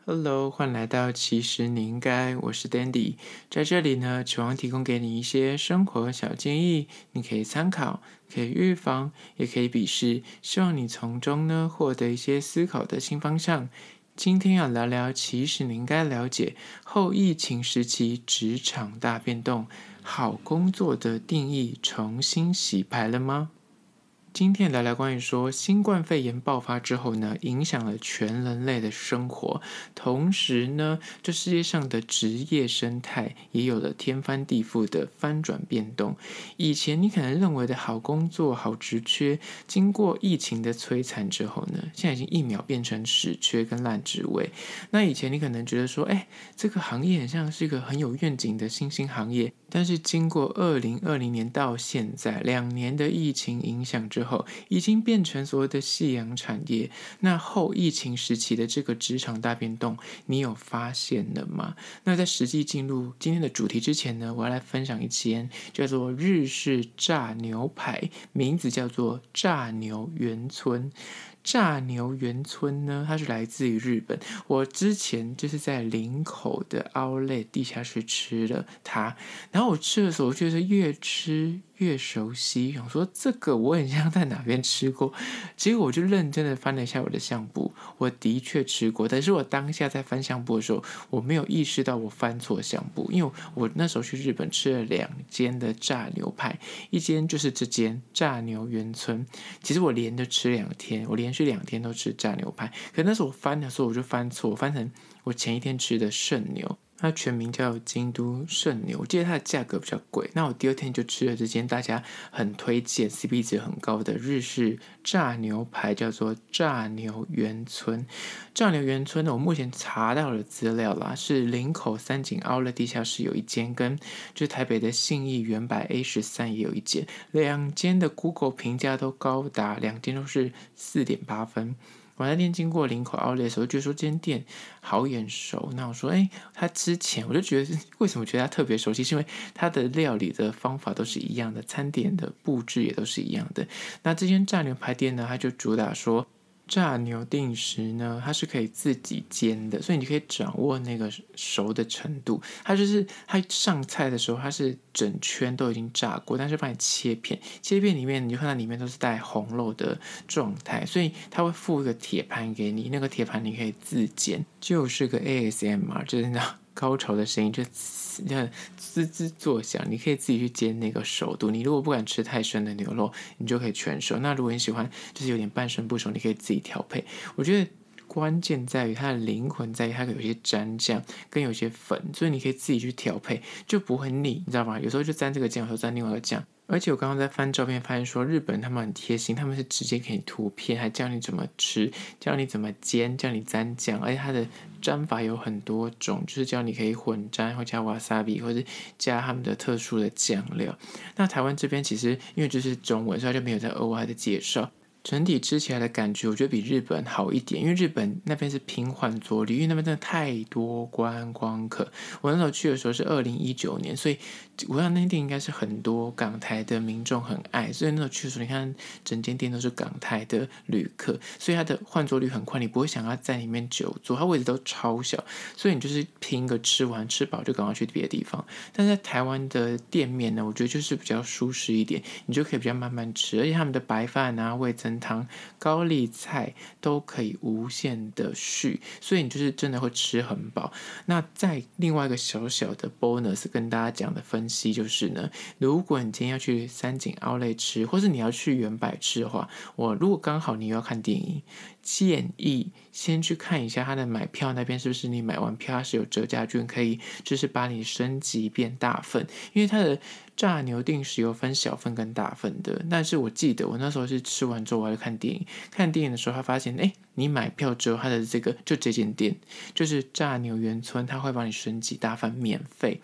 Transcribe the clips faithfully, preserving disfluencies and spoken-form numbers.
Hello，欢迎来到其实你应该，我是 Dandy，在这里呢，期望提供给你一些生活小建议，你可以参考，可以预防，也可以比视，希望你从中呢获得一些思考的新方向。今天要聊聊，其实你应该了解后疫情时期职场大变动，好工作的定义重新洗牌了吗？今天聊聊关于说新冠肺炎爆发之后呢，影响了全人类的生活，同时呢，这世界上的职业生态也有了天翻地覆的翻转变动。以前你可能认为的好工作、好职缺，经过疫情的摧残之后呢，现在已经一秒变成屎缺跟烂职位。那以前你可能觉得说，哎，这个行业很像是一个很有愿景的新兴行业，但是经过二零二零年到现在两年的疫情影响之后，已经变成所谓的夕阳产业。那后疫情时期的这个职场大变动，你有发现了吗？那在实际进入今天的主题之前呢，我要来分享一间叫做日式炸牛排，名字叫做炸牛圆村。炸牛圆村呢，它是来自于日本。我之前就是在林口的 Outlet 地下室吃了它，然后我吃的时候，我觉得越吃越熟悉，想说这个我很像在哪边吃过。结果我就认真的翻了一下我的相簿，我的确吃过，但是我当下在翻相簿的时候，我没有意识到我翻错相簿，因为我那时候去日本吃了两间的炸牛排，一间就是这间炸牛圆村。其实我连着吃两天，我连续两天都吃炸牛排，可那时候我翻的时候我就翻错，我翻成我前一天吃的圣牛。它全名叫京都圣牛，我记得它的价格比较贵。那我第二天就吃了这间大家很推荐、C P 值很高的日式炸牛排，叫做炸牛圆村。炸牛圆村呢，我目前查到的资料啦，是林口三井奥乐地下室有一间，跟就是台北的信义原百 A 十三也有一间，两间的 Google 评价都高达，两间都是四点八分。我那天经过林口 Outlet 的时候，就说这间店好眼熟。那我说，哎，他之前我就觉得，为什么觉得他特别熟悉？是因为他的料理的方法都是一样的，餐点的布置也都是一样的。那这间炸牛排店呢，它就主打说，炸牛定时呢，它是可以自己煎的，所以你可以掌握那个熟的程度。它就是它上菜的时候，它是整圈都已经炸过，但是帮你切片，切片里面你就看到里面都是带红肉的状态，所以它会附一个铁盘给你，那个铁盘你可以自煎，就是个 A S M R，就是那高潮的声音，就滋滋滋作响。你可以自己去煎那个熟度，你如果不敢吃太生的牛肉，你就可以全熟。那如果你喜欢就是有点半生不熟，你可以自己调配。我觉得关键在于它的灵魂在于它有些蘸酱跟有些粉，所以你可以自己去调配，就不会腻，你知道吗？有时候就沾这个酱，有时候沾另外一个酱。而且我刚刚在翻照片发现说，日本他们很贴心，他们是直接给你图片，还教你怎么吃，教你怎么煎，教你沾酱，而且它的沾法有很多种，就是教你可以混沾，或加 wasabi， 或是加他们的特殊的酱料。那台湾这边其实因为就是中文，所以它就没有再额外的介绍。整体吃起来的感觉，我觉得比日本好一点，因为日本那边是拼换座率，因为那边真的太多观光客。我那时候去的时候是二零一九年，所以我想那间店应该是很多港台的民众很爱，所以那时候去的时候，你看整间店都是港台的旅客，所以它的换座率很快，你不会想要在里面久坐，它位置都超小，所以你就是拼个吃完吃饱就赶快去别的地方。但在台湾的店面呢，我觉得就是比较舒适一点，你就可以比较慢慢吃，而且他们的白饭啊、味噌汤、高丽菜都可以无限的续，所以你就是真的会吃很饱。那在另外一个小小的 bonus 跟大家讲的分析就是呢，如果你今天要去三井奥莱吃，或是你要去原百吃的话，我如果刚好你又要看电影，建议先去看一下他的买票那边是不是你买完票它是有折价券可以就是把你升级变大份，因为它的炸牛定时有分小份跟大份的。但是我记得我那时候是吃完之后我还去看电影，看电影的时候他发现哎，你买票之后他的这个就这间店就是炸牛圆村他会帮你升级大份免费。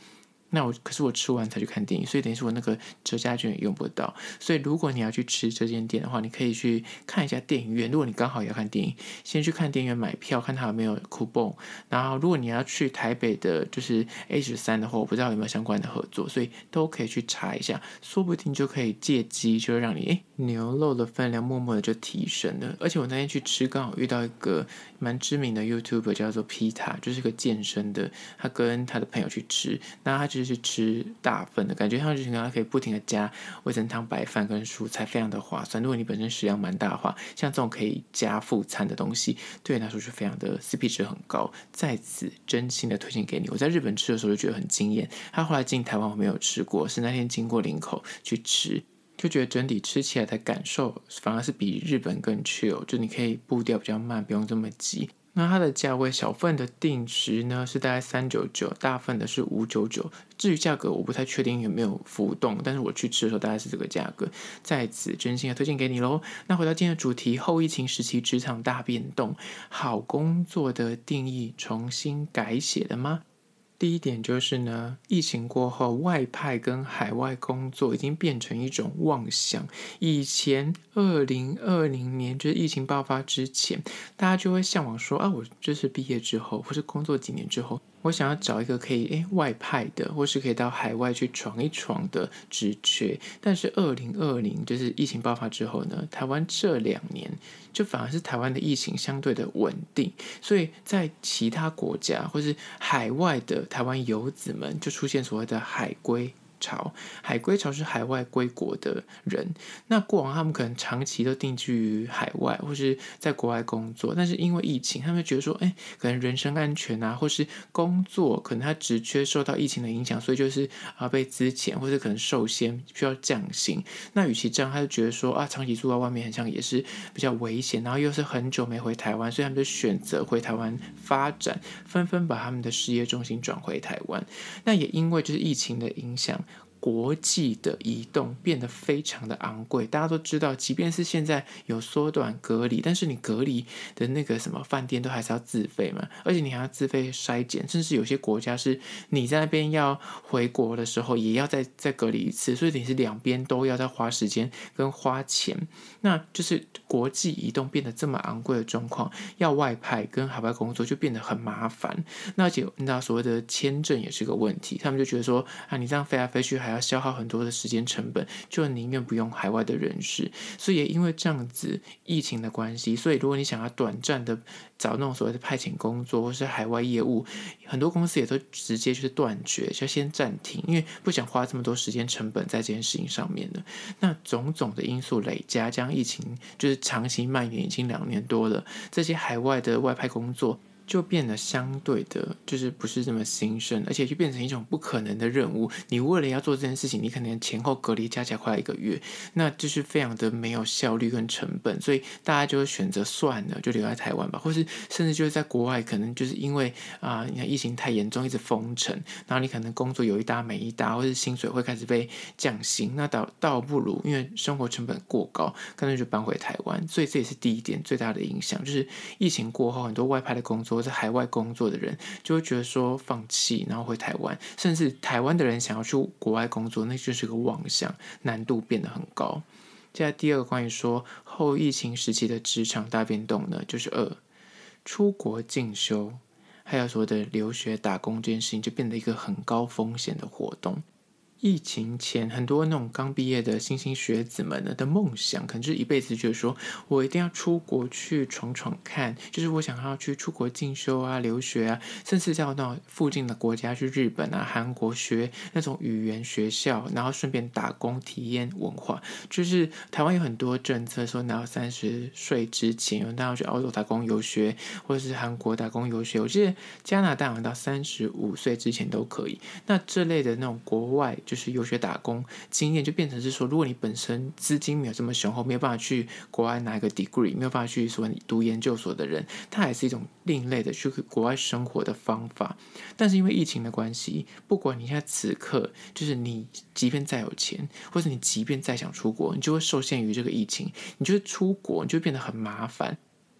那我可是我吃完才去看电影，所以等于是我那个折价券也用不到。所以如果你要去吃这间店的话，你可以去看一下电影院。如果你刚好也要看电影，先去看电影院买票，看它有没有 coupon。然后如果你要去台北的，就是 A 十三的话，我不知道有没有相关的合作，所以都可以去查一下，说不定就可以借机就让你诶牛肉的分量默默的就提升了。而且我那天去吃，刚好遇到一个蛮知名的 YouTuber 叫做 Pita， 就是个健身的，他跟他的朋友去吃，那他就是吃大份的，感觉他就是他可以不停的加味噌汤、白饭跟蔬菜，非常的划算。如果你本身食量蛮大的话，像这种可以加副餐的东西，对你来说是非常的 C P 值很高，在此真心的推荐给你。我在日本吃的时候就觉得很惊艳，他后来进台湾我没有吃过，是那天经过林口去吃。就觉得整体吃起来的感受反而是比日本更 chill， 就你可以步调比较慢，不用这么急。那它的价位，小份的定时呢是大概三九九，大份的是五九九。至于价格我不太确定有没有浮动，但是我去吃的时候大概是这个价格，在此真心的推荐给你咯。那回到今天的主题，后疫情时期职场大变动，好工作的定义重新改写了吗？第一点就是呢，疫情过后，外派跟海外工作已经变成一种妄想。以前二零二零年就是疫情爆发之前，大家就会向往说啊，我就是毕业之后，或是工作几年之后，我想要找一个可以诶外派的，或是可以到海外去闯一闯的职缺。但是二零二零就是疫情爆发之后呢，台湾这两年就反而是台湾的疫情相对的稳定，所以在其他国家或是海外的台湾游子们就出现所谓的海归潮。海归潮是海外归国的人，那过往他们可能长期都定居于海外或是在国外工作，但是因为疫情，他们觉得说，哎，可能人身安全啊，或是工作可能他职缺受到疫情的影响，所以就是啊被资遣或者可能受限，需要降薪。那与其这样，他就觉得说啊，长期住在外面很像也是比较危险，然后又是很久没回台湾，所以他们就选择回台湾发展，纷纷把他们的事业重心转回台湾。那也因为就是疫情的影响，国际的移动变得非常的昂贵。大家都知道，即便是现在有缩短隔离，但是你隔离的那个什么饭店都还是要自费嘛，而且你还要自费筛检，甚至有些国家是你在那边要回国的时候也要再再隔离一次，所以你是两边都要再花时间跟花钱。那就是国际移动变得这么昂贵的状况，要外派跟海外工作就变得很麻烦。那而且你知道所谓的签证也是个问题，他们就觉得说啊，你这样飞来飞去还要消耗很多的时间成本，就宁愿不用海外的人士。所以也因为这样子疫情的关系，所以如果你想要短暂的找那种所谓的派遣工作或是海外业务，很多公司也都直接就是断绝，就先暂停，因为不想花这么多时间成本在这件事情上面了。那种种的因素累加，将疫情就是长期蔓延已经两年多了，这些海外的外派工作就变得相对的，就是不是这么兴盛，而且就变成一种不可能的任务。你为了要做这件事情，你可能前后隔离加起来快一个月，那就是非常的没有效率跟成本，所以大家就会选择算了，就留在台湾吧，或是甚至就是在国外，可能就是因为啊、呃，你看疫情太严重，一直封城，然后你可能工作有一搭没一搭，或是薪水会开始被降薪，那倒倒不如因为生活成本过高，干脆就搬回台湾。所以这也是第一点最大的影响，就是疫情过后，很多外派的工作在海外工作的人就会觉得说放弃，然后回台湾，甚至台湾的人想要去国外工作，那就是个妄想，难度变得很高。接下来第二个关于说后疫情时期的职场大变动呢，就是二出国进修，还有所谓的留学打工这件事情，就变得一个很高风险的活动。疫情前，很多那种刚毕业的新兴学子们呢的梦想，可能就是一辈子觉得说，我一定要出国去闯闯看，就是我想要去出国进修啊、留学啊，甚至到那种附近的国家，去日本啊、韩国学那种语言学校，然后顺便打工体验文化。就是台湾有很多政策说，拿到三十岁之前，有人要去澳洲打工游学，或者是韩国打工游学。我记得加拿大好像到三十五岁之前都可以。那这类的那种国外就是游学打工经验，就变成是说，如果你本身资金没有这么雄厚，没有办法去国外拿一个 degree， 没有办法去所谓读研究所的人，它还是一种另类的去国外生活的方法。但是因为疫情的关系，不管你现在此刻就是你即便再有钱，或者你即便再想出国，你就会受限于这个疫情，你就是出国你就会变得很麻烦。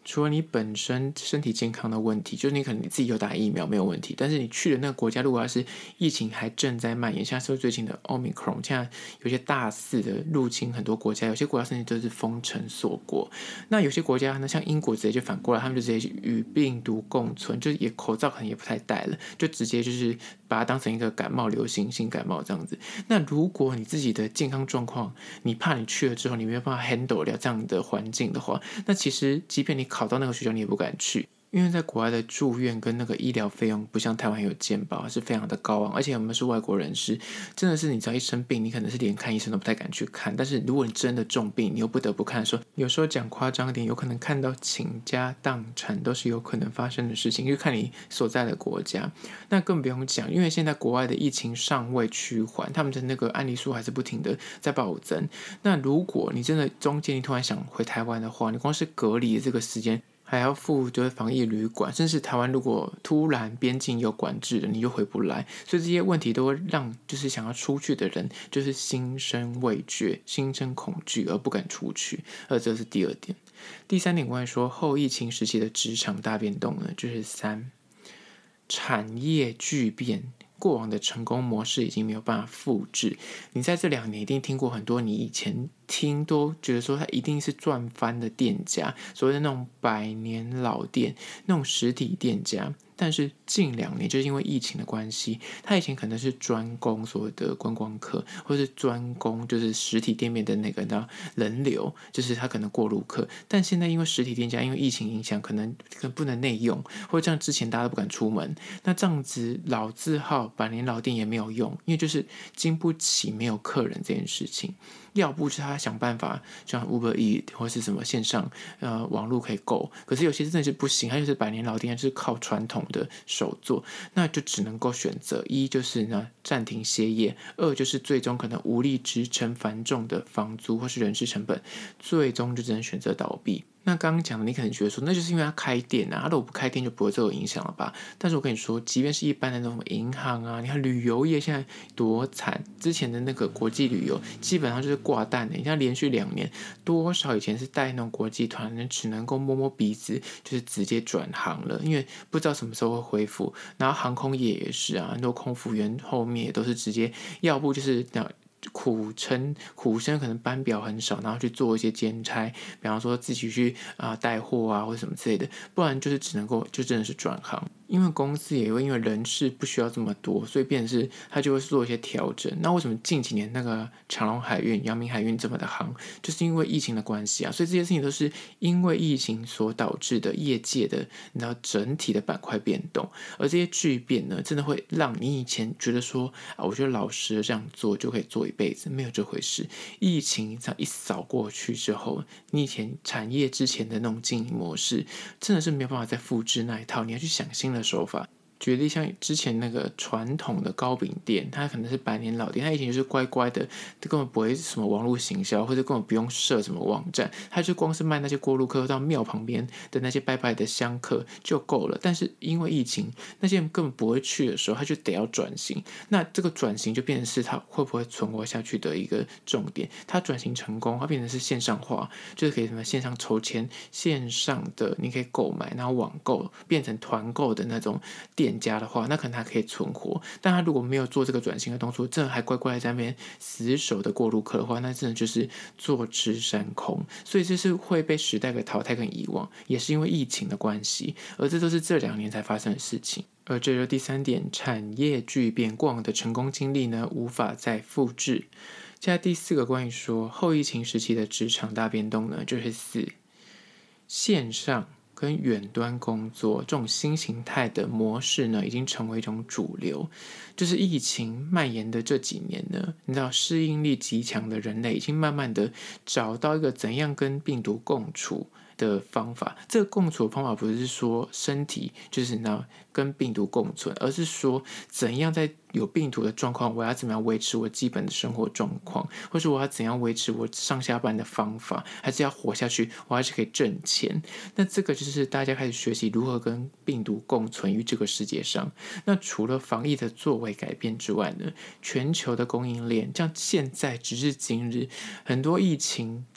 除了你本身身体健康的问题，就是你可能你自己有打疫苗没有问题，但是你去的那个国家，如果要是疫情还正在蔓延，像是最近的 Omicron， 现在有些大肆的入侵很多国家，有些国家甚至都是封城锁国。那有些国家呢，像英国直接就反过来，他们就直接与病毒共存，就是也口罩可能也不太戴了，就直接就是把它当成一个感冒、流行性感冒这样子。那如果你自己的健康状况，你怕你去了之后你没有办法 handle 了这样的环境的话，那其实即便你考到那个学校，你也不敢去。因为在国外的住院跟那个医疗费用不像台湾有健保，是非常的高昂，而且我们是外国人士，真的是你只要一生病，你可能是连看医生都不太敢去看。但是如果你真的重病，你又不得不看的时候，有时候讲夸张一点，有可能看到倾家荡产都是有可能发生的事情，就看你所在的国家。那更不用讲，因为现在国外的疫情尚未趋缓，他们的那个案例数还是不停的在暴增。那如果你真的中间你突然想回台湾的话，你光是隔离的这个时间，还要付就是防疫旅馆，甚至台湾如果突然边境有管制了，你就回不来，所以这些问题都会让就是想要出去的人就是心生畏惧、心生恐惧而不敢出去，而这是第二点。第三点，关于说后疫情时期的职场大变动呢，就是三产业巨变。过往的成功模式已经没有办法复制。你在这两年一定听过很多你以前听都觉得说它一定是赚翻的店家，所谓的那种百年老店，那种实体店家。但是近两年就是因为疫情的关系，他以前可能是专攻所谓的观光客，或是专攻就是实体店面的那个人流，就是他可能过路客。但现在因为实体店家因为疫情影响，可能可能不能内用，或者像之前大家都不敢出门，那这样子老字号百年老店也没有用，因为就是经不起没有客人这件事情。要不是他想办法像 Uber Eats 或是什么线上呃网络可以购，可是有些真的是不行，他就是百年老店，就是靠传统的手作，那就只能够选择一就是呢暂停歇业，二就是最终可能无力支撑繁重的房租或是人事成本，最终就只能选择倒闭。那刚刚讲的，你可能觉得说，那就是因为他开店啊，他如果不开店就不会受影响了吧？但是我跟你说，即便是一般的那种银行啊，你看旅游业现在多惨，之前的那个国际旅游基本上就是挂蛋的。你看连续两年，多少以前是带那种国际团的，只能够摸摸鼻子，就是直接转行了，因为不知道什么时候会恢复。然后航空业也是啊，很多空服员后面也都是直接，要不就是那。苦撑苦撑，可能班表很少，然后去做一些兼差，比方说自己去啊、呃、带货啊或者什么之类的，不然就是只能够就真的是转行。因为公司也会因为人事不需要这么多，所以变成是他就会做一些调整。那为什么近几年那个长荣海运、阳明海运这么的行，就是因为疫情的关系啊。所以这些事情都是因为疫情所导致的业界的，你知道整体的板块变动。而这些巨变呢，真的会让你以前觉得说啊，我觉得老实这样做就可以做一辈子，没有这回事。疫情这样一扫过去之后，你以前产业之前的那种经营模式，真的是没有办法再复制那一套，你要去想新的手法。举例像之前那个传统的糕饼店，它可能是百年老店，它以前就是乖乖的，根本不会什么网络行销，或者根本不用设什么网站，它就光是卖那些过路客到庙旁边的那些拜拜的香客就够了。但是因为疫情，那些人根本不会去的时候，他就得要转型。那这个转型就变成是它会不会存活下去的一个重点。它转型成功，它变成是线上化，就是可以什么线上抽签、线上的你可以购买，然后网购变成团购的那种店。店家的话，那可能还可以存活，但他如果没有做这个转型的动作，真的还乖乖在那边死守的过路客的话，那真的就是坐吃山空。所以这是会被时代给淘汰跟遗忘，也是因为疫情的关系，而这都是这两年才发生的事情。而这就是第三点，产业巨变，过往的成功经历呢，无法再复制。接下来第四个关于说后疫情时期的职场大变动呢，就是四线上跟远端工作这种新形态的模式呢，已经成为一种主流。就是疫情蔓延的这几年呢，你知道适应力极强的人类已经慢慢的找到一个怎样跟病毒共处的方法。这个共处的方法不是说身体就是你知道跟病毒共存，而是说怎样在有病毒的状况，我要怎么样维持我基本的生活状况，或是我要怎样维持我上下班的方法，还是要活下去，我还是可以挣钱。那这个就是大家开始学习如何跟病毒共存于这个世界上。那除了防疫的作为改变之外呢，全球的供应链，像现在直至今日，很多疫情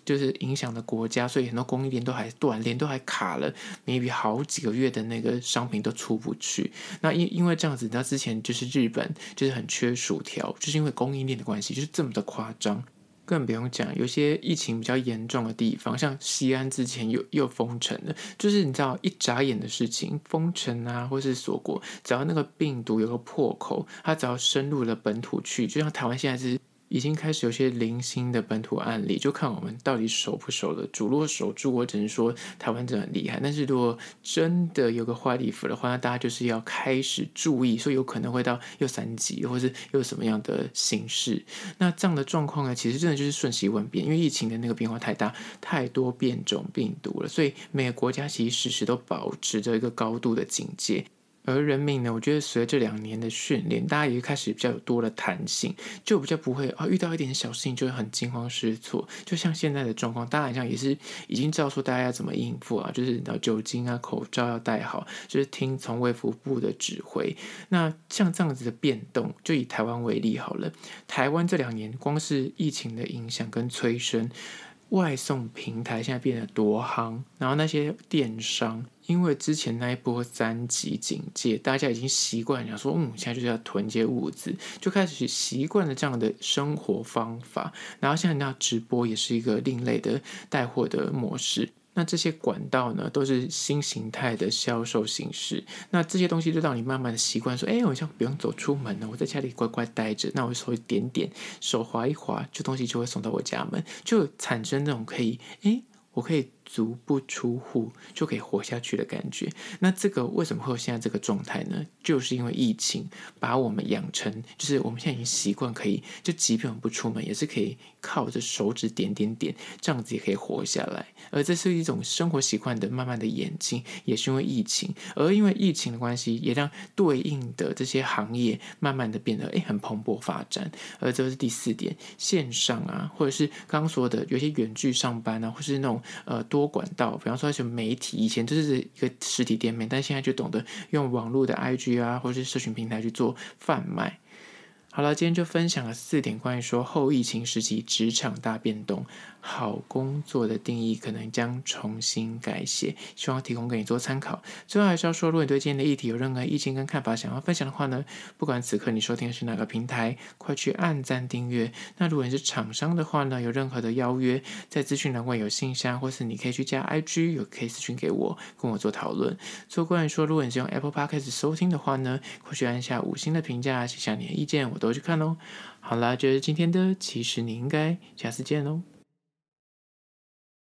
就是影响的国家，所以很多供应链都还断链，都还卡了 maybe 好几个月的那个商品都出不去。那因因为这样子，你知道之前就是日本就是很缺薯条，就是因为供应链的关系，就是这么的夸张。更不用讲，有些疫情比较严重的地方，像西安之前又又封城了，就是你知道一眨眼的事情，封城啊，或是锁国，只要那个病毒有个破口，它只要深入了本土去，就像台湾现在是已经开始有些零星的本土案例，就看我们到底守不守得住。如果守住，我只能说台湾真的很厉害。但是如果真的有个坏地方的话，那大家就是要开始注意，所以有可能会到又三级，或是又什么样的形式。那这样的状况呢，其实真的就是瞬息万变，因为疫情的那个变化太大，太多变种病毒了，所以每个国家其实时时都保持着一个高度的警戒。而人民呢，我觉得随着这两年的训练，大家也开始比较有多的弹性，就比较不会啊遇到一点小事情就会很惊慌失措。就像现在的状况，大家好像也是已经知道说大家要怎么应付啊，就是酒精啊、口罩要戴好，就是听从卫福部的指挥。那像这样子的变动，就以台湾为例好了，台湾这两年光是疫情的影响跟催生。外送平台现在变得多夯，然后那些电商，因为之前那一波三级警戒，大家已经习惯讲说，嗯，现在就是要囤一些物资，就开始习惯了这样的生活方法。然后现在那直播也是一个另类的带货的模式。那这些管道呢，都是新形态的销售形式。那这些东西就让你慢慢的习惯，说，哎，我像不用走出门了，我在家里乖乖待着，那我手一点点，手滑一滑，这东西就会送到我家门，就产生那种可以，哎，我可以足不出户就可以活下去的感觉。那这个为什么会有现在这个状态呢？就是因为疫情把我们养成，就是我们现在已经习惯可以，就即便我们不出门，也是可以靠着手指点点点，这样子也可以活下来。而这是一种生活习惯的慢慢的演进，也是因为疫情，而因为疫情的关系，也让对应的这些行业慢慢的变得诶很蓬勃发展。而这是第四点，线上啊，或者是刚刚说的有些远距上班啊，或是那种呃多管道，比方说什么媒体，以前就是一个实体店面，但现在就懂得用网络的 I G 啊，或是社群平台去做贩卖。好了，今天就分享了四点关于说后疫情时期职场大变动，好工作的定义可能将重新改写，希望提供给你做参考。最后还是要说，如果你对今天的议题有任何意见跟看法想要分享的话呢，不管此刻你收听的是哪个平台，快去按赞订阅。那如果你是厂商的话呢，有任何的邀约，在资讯栏位有信箱，或是你可以去加 I G， 有可以私讯给我，跟我做讨论。最后关于说，如果你是用 Apple Podcast 收听的话呢，快去按下五星的评价，写下你的意见，我都去看哦。好啦，这是今天的，其实你应该，下次见喽。